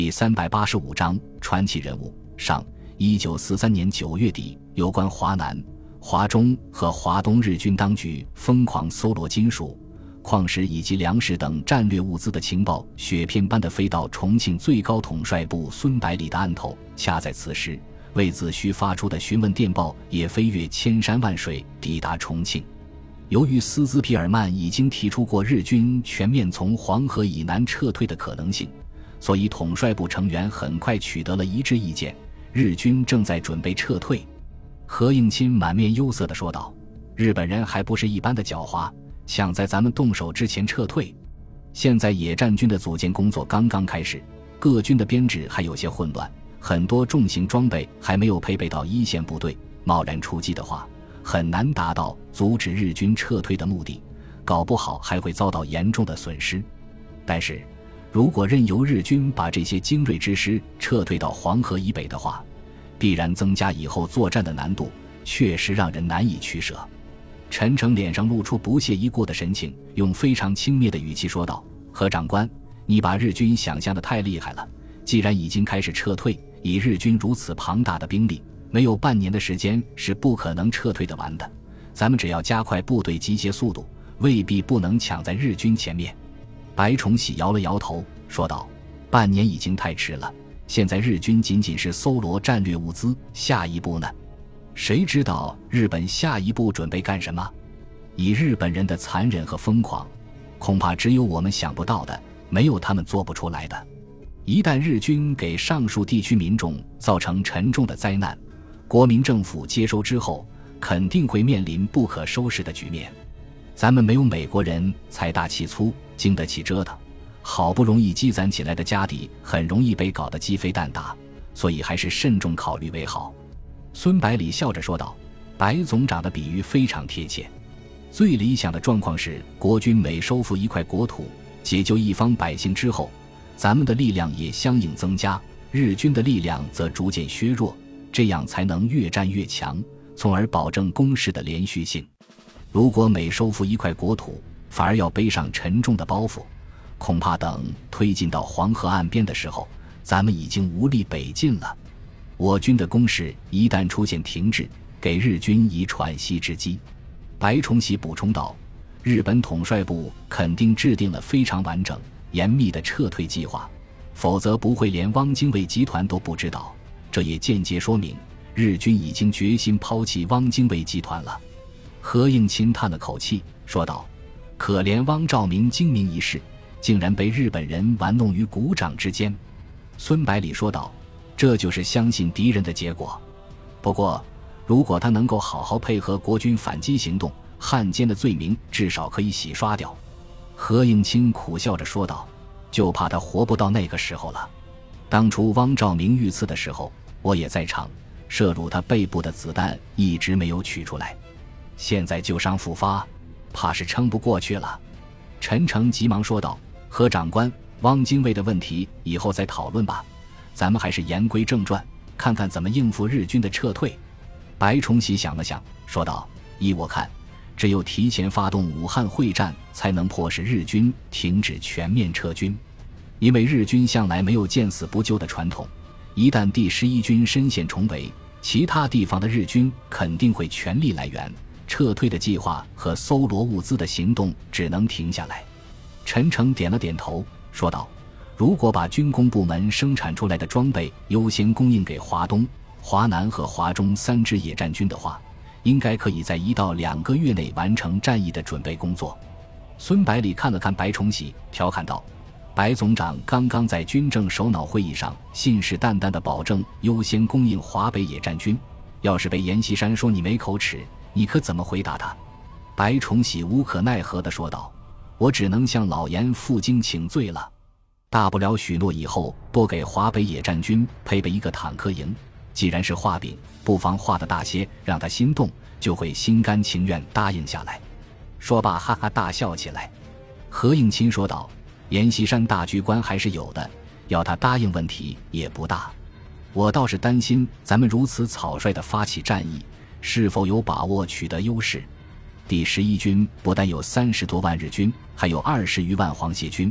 第385章传奇人物上。1943年9月底，有关华南、华中和华东日军当局疯狂搜罗金属、矿石以及粮食等战略物资的情报雪片般地飞到重庆最高统帅部孙百里的案头。恰在此时，魏子胥发出的询问电报也飞越千山万水抵达重庆。由于斯兹皮尔曼已经提出过日军全面从黄河以南撤退的可能性，所以统帅部成员很快取得了一致意见，日军正在准备撤退。何应钦满面忧色地说道：日本人还不是一般的狡猾，想在咱们动手之前撤退。现在野战军的组建工作刚刚开始，各军的编制还有些混乱，很多重型装备还没有配备到一线部队，贸然出击的话，很难达到阻止日军撤退的目的，搞不好还会遭到严重的损失。但是如果任由日军把这些精锐之师撤退到黄河以北的话，必然增加以后作战的难度，确实让人难以取舍。陈诚脸上露出不屑一顾的神情，用非常轻蔑的语气说道：何长官，你把日军想象得太厉害了，既然已经开始撤退，以日军如此庞大的兵力，没有半年的时间是不可能撤退得完的。咱们只要加快部队集结速度，未必不能抢在日军前面。白崇禧摇了摇头说道：半年已经太迟了，现在日军仅仅是搜罗战略物资，下一步呢？谁知道日本下一步准备干什么？以日本人的残忍和疯狂，恐怕只有我们想不到的，没有他们做不出来的。一旦日军给上述地区民众造成沉重的灾难，国民政府接收之后肯定会面临不可收拾的局面。咱们没有美国人财大气粗，经得起折腾，好不容易积攒起来的家底很容易被搞得鸡飞蛋打，所以还是慎重考虑为好。孙百里笑着说道：白总长的比喻非常贴切。最理想的状况是，国军每收复一块国土，解救一方百姓之后，咱们的力量也相应增加，日军的力量则逐渐削弱，这样才能越战越强，从而保证攻势的连续性。如果每收复一块国土，反而要背上沉重的包袱，恐怕等推进到黄河岸边的时候，咱们已经无力北进了。我军的攻势一旦出现停滞，给日军以喘息之机。白崇禧补充道：日本统帅部肯定制定了非常完整严密的撤退计划，否则不会连汪精卫集团都不知道。这也间接说明日军已经决心抛弃汪精卫集团了。何应钦叹了口气说道：可怜汪兆铭精明一世，竟然被日本人玩弄于股掌之间。孙百里说道：这就是相信敌人的结果。不过如果他能够好好配合国军反击行动，汉奸的罪名至少可以洗刷掉。何应钦苦笑着说道：就怕他活不到那个时候了。当初汪兆铭遇刺的时候，我也在场，射入他背部的子弹一直没有取出来，现在旧伤复发，怕是撑不过去了。陈诚急忙说道：何长官，汪精卫的问题以后再讨论吧，咱们还是言归正传，看看怎么应付日军的撤退。白崇禧想了想说道：依我看，只有提前发动武汉会战，才能迫使日军停止全面撤军。因为日军向来没有见死不救的传统，一旦第11军深陷重围，其他地方的日军肯定会全力来援，撤退的计划和搜罗物资的行动只能停下来。陈诚点了点头说道：如果把军工部门生产出来的装备优先供应给华东、华南和华中3支野战军的话，应该可以在1到2个月内完成战役的准备工作。孙百里看了看白崇禧，调侃道：白总长刚刚在军政首脑会议上信誓旦旦地保证优先供应华北野战军，要是被阎锡山说你没口齿，你可怎么回答他？白崇禧无可奈何地说道：我只能向老阎负荆请罪了，大不了许诺以后多给华北野战军配备一个坦克营，既然是画饼，不妨画得大些，让他心动，就会心甘情愿答应下来。说罢哈哈大笑起来。何应钦说道：阎锡山大局观还是有的，要他答应问题也不大。我倒是担心咱们如此草率地发起战役，是否有把握取得优势。第11军不但有30多万日军，还有20余万皇协军，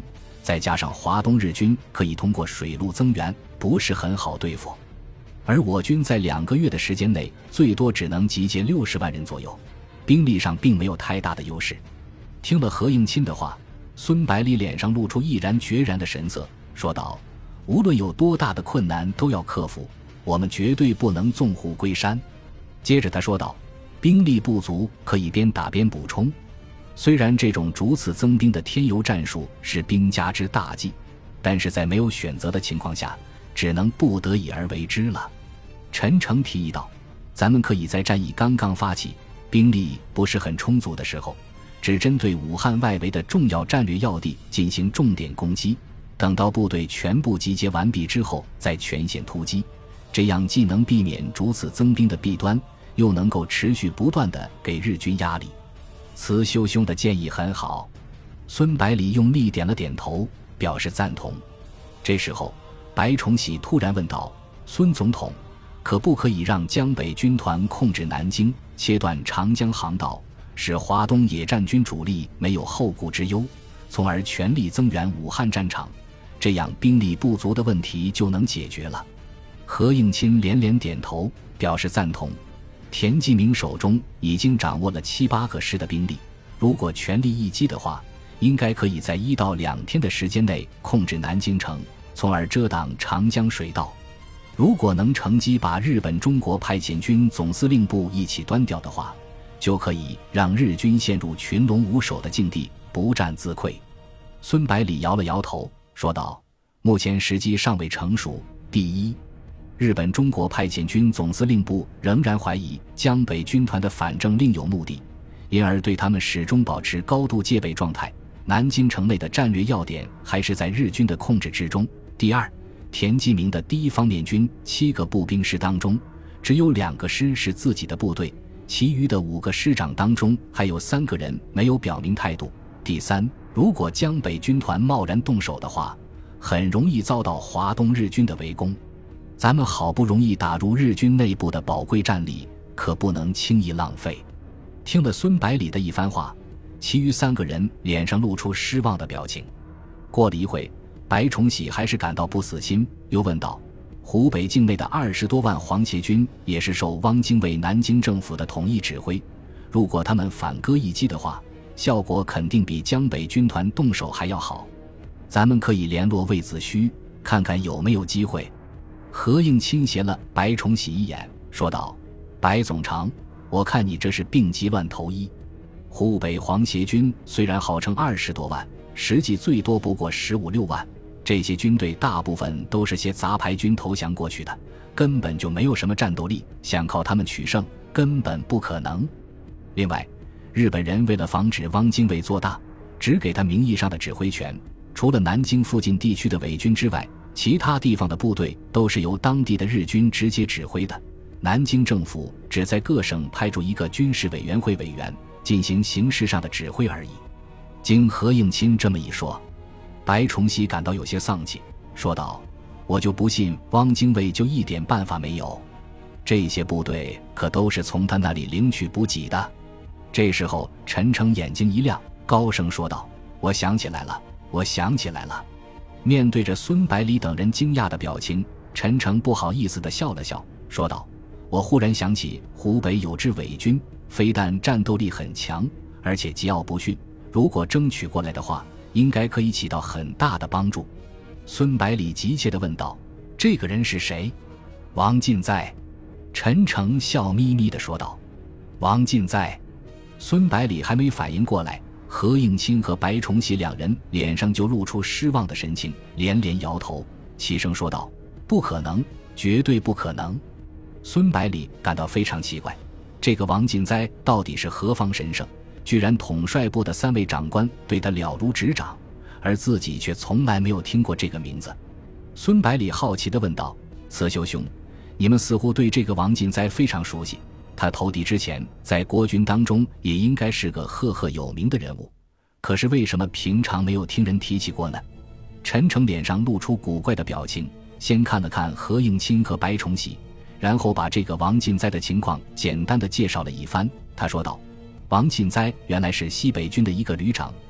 再加上华东日军可以通过水路增援，不是很好对付。而我军在2个月的时间内最多只能集结60万人左右，兵力上并没有太大的优势。听了何应钦的话，孙百里脸上露出毅然决然的神色，说道：无论有多大的困难都要克服，我们绝对不能纵虎归山。接着他说道：兵力不足可以边打边补充，虽然这种逐次增兵的添油战术是兵家之大忌，但是在没有选择的情况下，只能不得已而为之了。陈诚提议道：咱们可以在战役刚刚发起，兵力不是很充足的时候，只针对武汉外围的重要战略要地进行重点攻击，等到部队全部集结完毕之后再全线突击，这样既能避免逐次增兵的弊端，又能够持续不断地给日军压力。慈修兄的建议很好。孙百里用力点了点头，表示赞同。这时候白崇禧突然问道：孙总统，可不可以让江北军团控制南京，切断长江航道，使华东野战军主力没有后顾之忧，从而全力增援武汉战场，这样兵力不足的问题就能解决了。何应钦连连点头，表示赞同。田继明手中已经掌握了7、8个师的兵力，如果全力一击的话，应该可以在1到2天的时间内控制南京城，从而遮挡长江水道。如果能乘机把日本中国派遣军总司令部一起端掉的话，就可以让日军陷入群龙无首的境地，不战自溃。孙百里摇了摇头，说道：目前时机尚未成熟。第一，日本中国派遣军总司令部仍然怀疑江北军团的反正另有目的，因而对他们始终保持高度戒备状态，南京城内的战略要点还是在日军的控制之中。第二，田继明的第一方面军7个步兵师当中，只有2个师是自己的部队，其余的5个师长当中还有3个人没有表明态度。第三，如果江北军团贸然动手的话，很容易遭到华东日军的围攻。咱们好不容易打入日军内部的宝贵战力，可不能轻易浪费。听了孙百里的一番话，其余3个人脸上露出失望的表情。过了一会，白崇禧还是感到不死心，又问道：湖北境内的20多万皇协军也是受汪精卫南京政府的统一指挥，如果他们反戈一击的话，效果肯定比江北军团动手还要好。咱们可以联络魏子虚，看看有没有机会。何应钦斜了白崇禧一眼，说道：白总长，我看你这是病急乱投医。湖北皇协军虽然号称20多万，实际最多不过15、16万，这些军队大部分都是些杂牌军投降过去的，根本就没有什么战斗力，想靠他们取胜根本不可能。另外，日本人为了防止汪精卫做大，只给他名义上的指挥权，除了南京附近地区的伪军之外，其他地方的部队都是由当地的日军直接指挥的，南京政府只在各省派出一个军事委员会委员进行形式上的指挥而已。经何应钦这么一说，白崇禧感到有些丧气，说道：我就不信汪精卫就一点办法没有，这些部队可都是从他那里领取补给的。这时候陈诚眼睛一亮，高声说道：我想起来了，我想起来了。面对着孙百里等人惊讶的表情，陈诚不好意思地笑了笑，说道：我忽然想起湖北有支伪军，非但战斗力很强，而且桀骜不驯，如果争取过来的话，应该可以起到很大的帮助。孙百里急切地问道：这个人是谁？王进在。陈诚笑眯眯地说道：王进在。孙百里还没反应过来，何应钦和白崇禧2人脸上就露出失望的神情，连连摇头，齐声说道：不可能，绝对不可能。孙百里感到非常奇怪，这个王进哉到底是何方神圣，居然统帅部的3位长官对他了如指掌，而自己却从来没有听过这个名字。孙百里好奇地问道：慈修兄，你们似乎对这个王进哉非常熟悉，他投敌之前在国军当中也应该是个赫赫有名的人物，可是为什么平常没有听人提起过呢？陈诚脸上露出古怪的表情，先看了看何应钦和白崇禧，然后把这个王进哉的情况简单的介绍了一番。他说道：王进哉原来是西北军的一个旅长，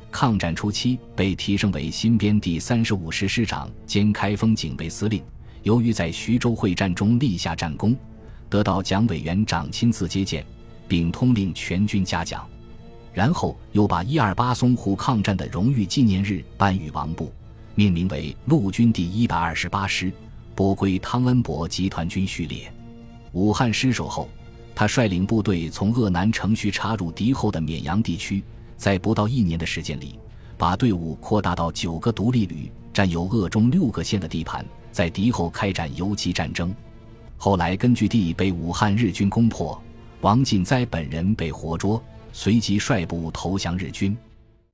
抗战初期被提升为新编第35师师长兼开封警备司令，由于在徐州会战中立下战功，得到蒋委员长亲自接见，并通令全军嘉奖。然后又把128淞沪抗战的荣誉纪念日颁予王部，命名为陆军第128师，拨归汤恩伯集团军序列。武汉失守后，他率领部队从鄂南城徐插入敌后的绵阳地区，在不到1年的时间里，把队伍扩大到9个独立旅，占有鄂中6个县的地盘，在敌后开展游击战争。后来根据地被武汉日军攻破，王进哉本人被活捉，随即率部投降日军。